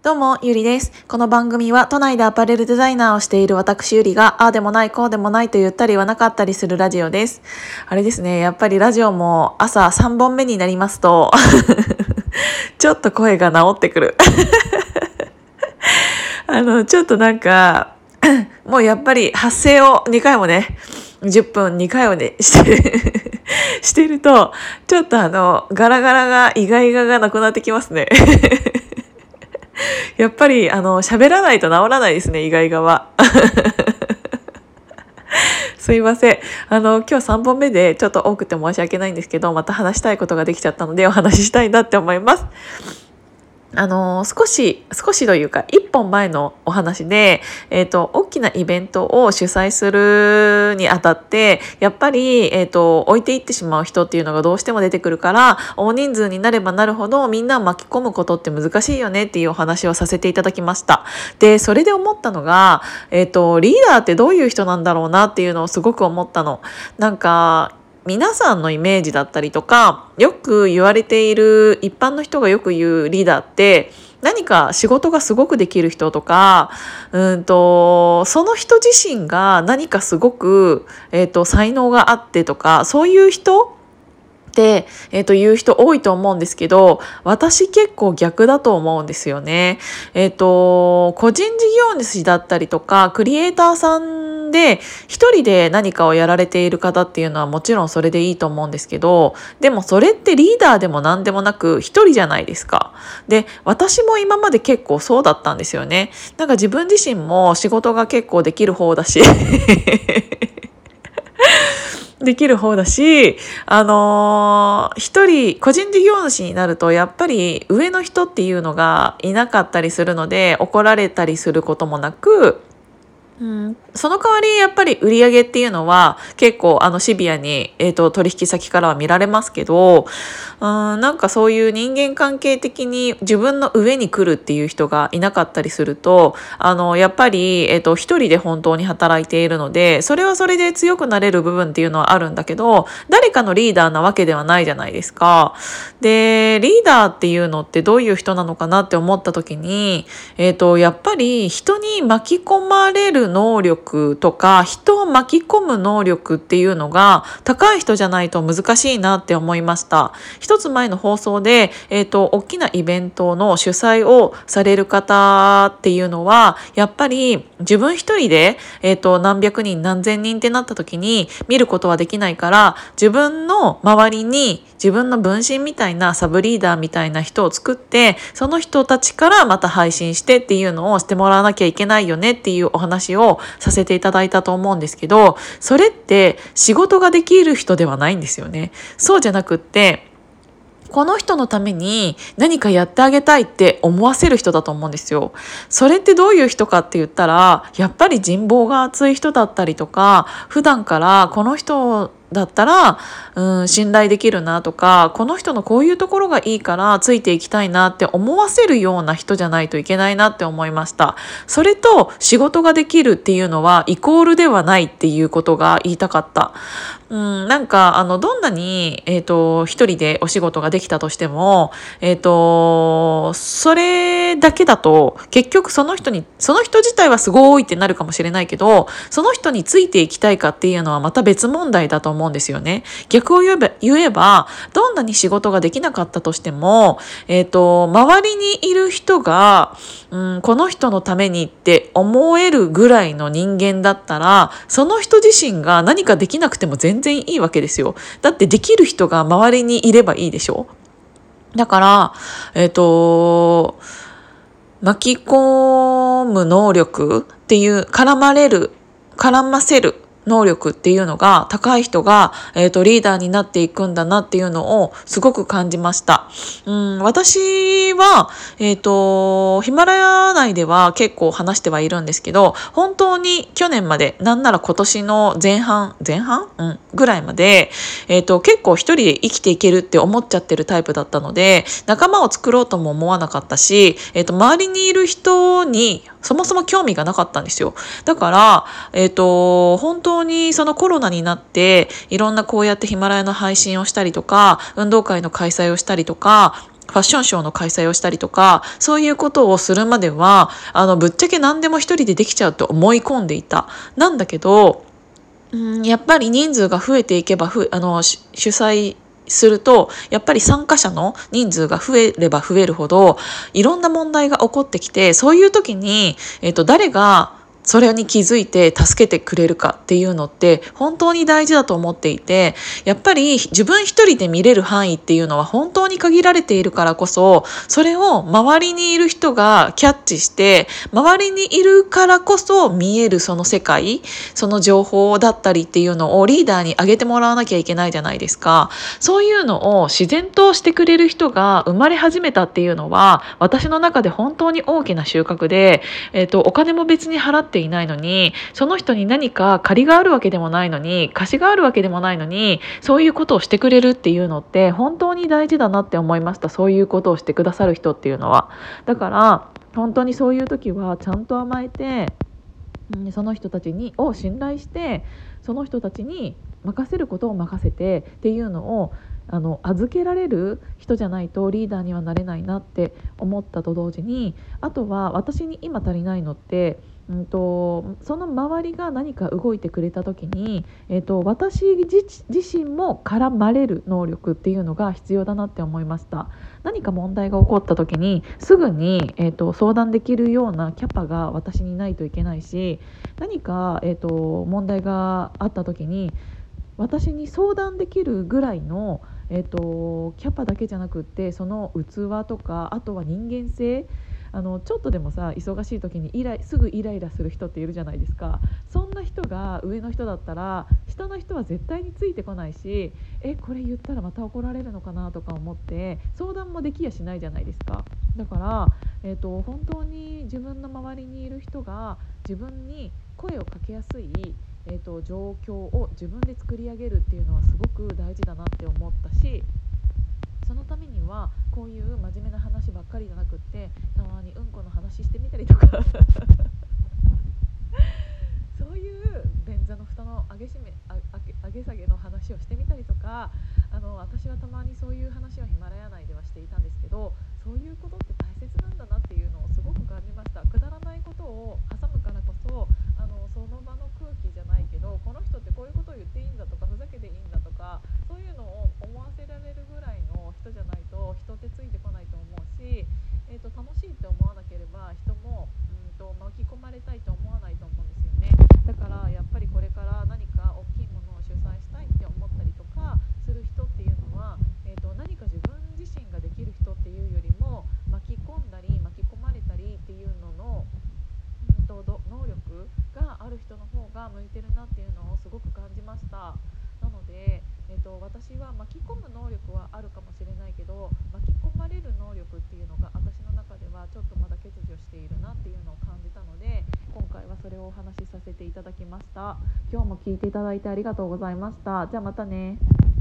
どうも、ゆりです。この番組は都内でアパレルデザイナーをしている私ゆりが、ああでもない、こうでもないと言ったり言わなかったりするラジオです。あれですね、やっぱりラジオも朝3本目になりますと、ちょっと声が治ってくる。ちょっともうやっぱり発声を2回もね、10分2回をね、してると、ちょっとガラガラが、イガイガがなくなってきますね。やっぱり、喋らないと治らないですね、イガイガは。すいません。今日3本目でちょっと多くて申し訳ないんですけど、また話したいことができちゃったのでお話ししたいなって思います。少しというか、一本前のお話で、大きなイベントを主催するにあたって、やっぱり、置いていってしまう人っていうのがどうしても出てくるから、大人数になればなるほどみんなを巻き込むことって難しいよねっていうお話をさせていただきました。で、それで思ったのが、リーダーってどういう人なんだろうなっていうのをすごく思ったの。皆さんのイメージだったりとか、よく言われている一般の人がよく言うリーダーって、何か仕事がすごくできる人とか、その人自身が何かすごく、才能があってとか、そういう人って、言う人多いと思うんですけど、私結構逆だと思うんですよね。個人事業主だったりとか、クリエイターさんで一人で何かをやられている方っていうのはもちろんそれでいいと思うんですけど、でもそれってリーダーでも何でもなく一人じゃないですか。で、私も今まで結構そうだったんですよね。自分自身も仕事が結構できる方だし、できる方だし、一人、個人事業主になると、やっぱり上の人っていうのがいなかったりするので、怒られたりすることもなく、その代わりやっぱり売り上げっていうのは結構シビアに、取引先からは見られますけど、そういう人間関係的に自分の上に来るっていう人がいなかったりすると、やっぱり、一人で本当に働いているので、それはそれで強くなれる部分っていうのはあるんだけど、誰かのリーダーなわけではないじゃないですか。で、リーダーっていうのってどういう人なのかなって思った時に、やっぱり人に巻き込まれる能力とか、人を巻き込む能力っていうのが高い人じゃないと難しいなって思いました。一つ前の放送で、大きなイベントの主催をされる方っていうのは、やっぱり自分一人で、何百人何千人ってなった時に見ることはできないから、自分の周りに自分の分身みたいなサブリーダーみたいな人を作って、その人たちからまた配信してっていうのをしてもらわなきゃいけないよねっていうお話をさせていただいたと思うんですけど、それって仕事ができる人ではないんですよね。そうじゃなくって、この人のために何かやってあげたいって思わせる人だと思うんですよ。それってどういう人かって言ったら、やっぱり人望が厚い人だったりとか、普段からこの人だったら、信頼できるなとか、この人のこういうところがいいからついていきたいなって思わせるような人じゃないといけないなって思いました。それと仕事ができるっていうのはイコールではないっていうことが言いたかった。どんなに、一人でお仕事ができたとしても、それだけだと、結局その人自体はすごいってなるかもしれないけど、その人についていきたいかっていうのはまた別問題だと思うんですよね。逆を言えば、どんなに仕事ができなかったとしても、周りにいる人が、この人のためにって思えるぐらいの人間だったら、その人自身が何かできなくても全然いいわけですよ。だってできる人が周りにいればいいでしょ。だから、巻き込む能力っていう、絡ませる能力っていうのが高い人が、リーダーになっていくんだなっていうのをすごく感じました。私は、ヒマラヤ内では結構話してはいるんですけど、本当に去年まで、なんなら今年の前半、ぐらいまで、結構一人で生きていけるって思っちゃってるタイプだったので、仲間を作ろうとも思わなかったし、周りにいる人にそもそも興味がなかったんですよ。だから、本当にそのコロナになって、いろんなこうやってヒマラヤの配信をしたりとか、運動会の開催をしたりとか、 ファッションショーの開催をしたりとか、そういうことをするまでは、ぶっちゃけ何でも一人でできちゃうと思い込んでいた。なんだけど、やっぱり人数が増えていけば、主催すると、やっぱり参加者の人数が増えれば増えるほど、いろんな問題が起こってきて、そういう時に、誰がそれに気づいて助けてくれるかっていうのって本当に大事だと思っていて、やっぱり自分一人で見れる範囲っていうのは本当に限られているからこそ、それを周りにいる人がキャッチして、周りにいるからこそ見えるその世界、その情報だったりっていうのをリーダーに上げてもらわなきゃいけないじゃないですか。そういうのを自然としてくれる人が生まれ始めたっていうのは、私の中で本当に大きな収穫で、お金も別に払っていないのに、その人に何か借りがあるわけでもないのに、貸しがあるわけでもないのに、そういうことをしてくれるっていうのって本当に大事だなって思いました。そういうことをしてくださる人っていうのは。だから本当にそういう時はちゃんと甘えて、その人たちを信頼して、その人たちに任せることを任せてっていうのを預けられる人じゃないとリーダーにはなれないなって思ったと同時に、あとは私に今足りないのって、その周りが何か動いてくれた時に、私自身も絡まれる能力っていうのが必要だなって思いました。何か問題が起こった時にすぐに、相談できるようなキャパが私にないといけないし、何か、問題があった時に私に相談できるぐらいの、キャパだけじゃなくって、その器とか、あとは人間性、ちょっとでもさ忙しい時にすぐイライラする人っているじゃないですか。そんな人が上の人だったら下の人は絶対についてこないし、これ言ったらまた怒られるのかなとか思って相談もできやしないじゃないですか。だから、本当に自分の周りにいる人が自分に声をかけやすい、状況を自分で作り上げるっていうのはすごく大事だなって思ったし、そのためにはこういう真面目な話ばっかりじゃなくって、たまにうんこの話してみたりとかそういう便座の蓋の上げ下げの話をしてみたりとか、私はたまにそういう話をヒマラヤ内ではしていたんですけど、そういうことって大切なんだなっていうのをすごく感じました。くだらないことを挟むからこそ、その場の空気じゃないけど、この人ってこういうことを言っていいんだとか、ふざけていいんだとか、そういうのを思わせられるぐらいの人じゃないと人ってついてこないと思うし、楽しいって思わなければ人も巻き込まれたいと思わないと思うんですよね。だからやっぱりこれから何か大きいものを主催したいって思ったりとかする人っていうのは、何か自分自身ができる人っていうよりも巻き込んだり巻き込まれたりっていうのの、能力がある人の方が向いてるなっていうのをすごく感じました。なので、私は巻き込む能力はあるかもしれないけど、巻き込まれる能力っていうのが私の中ではちょっとまだ欠如しているなっていうのを感じたので、今回はそれをお話しさせていただきました。今日も聞いていただいてありがとうございました。じゃあまたね。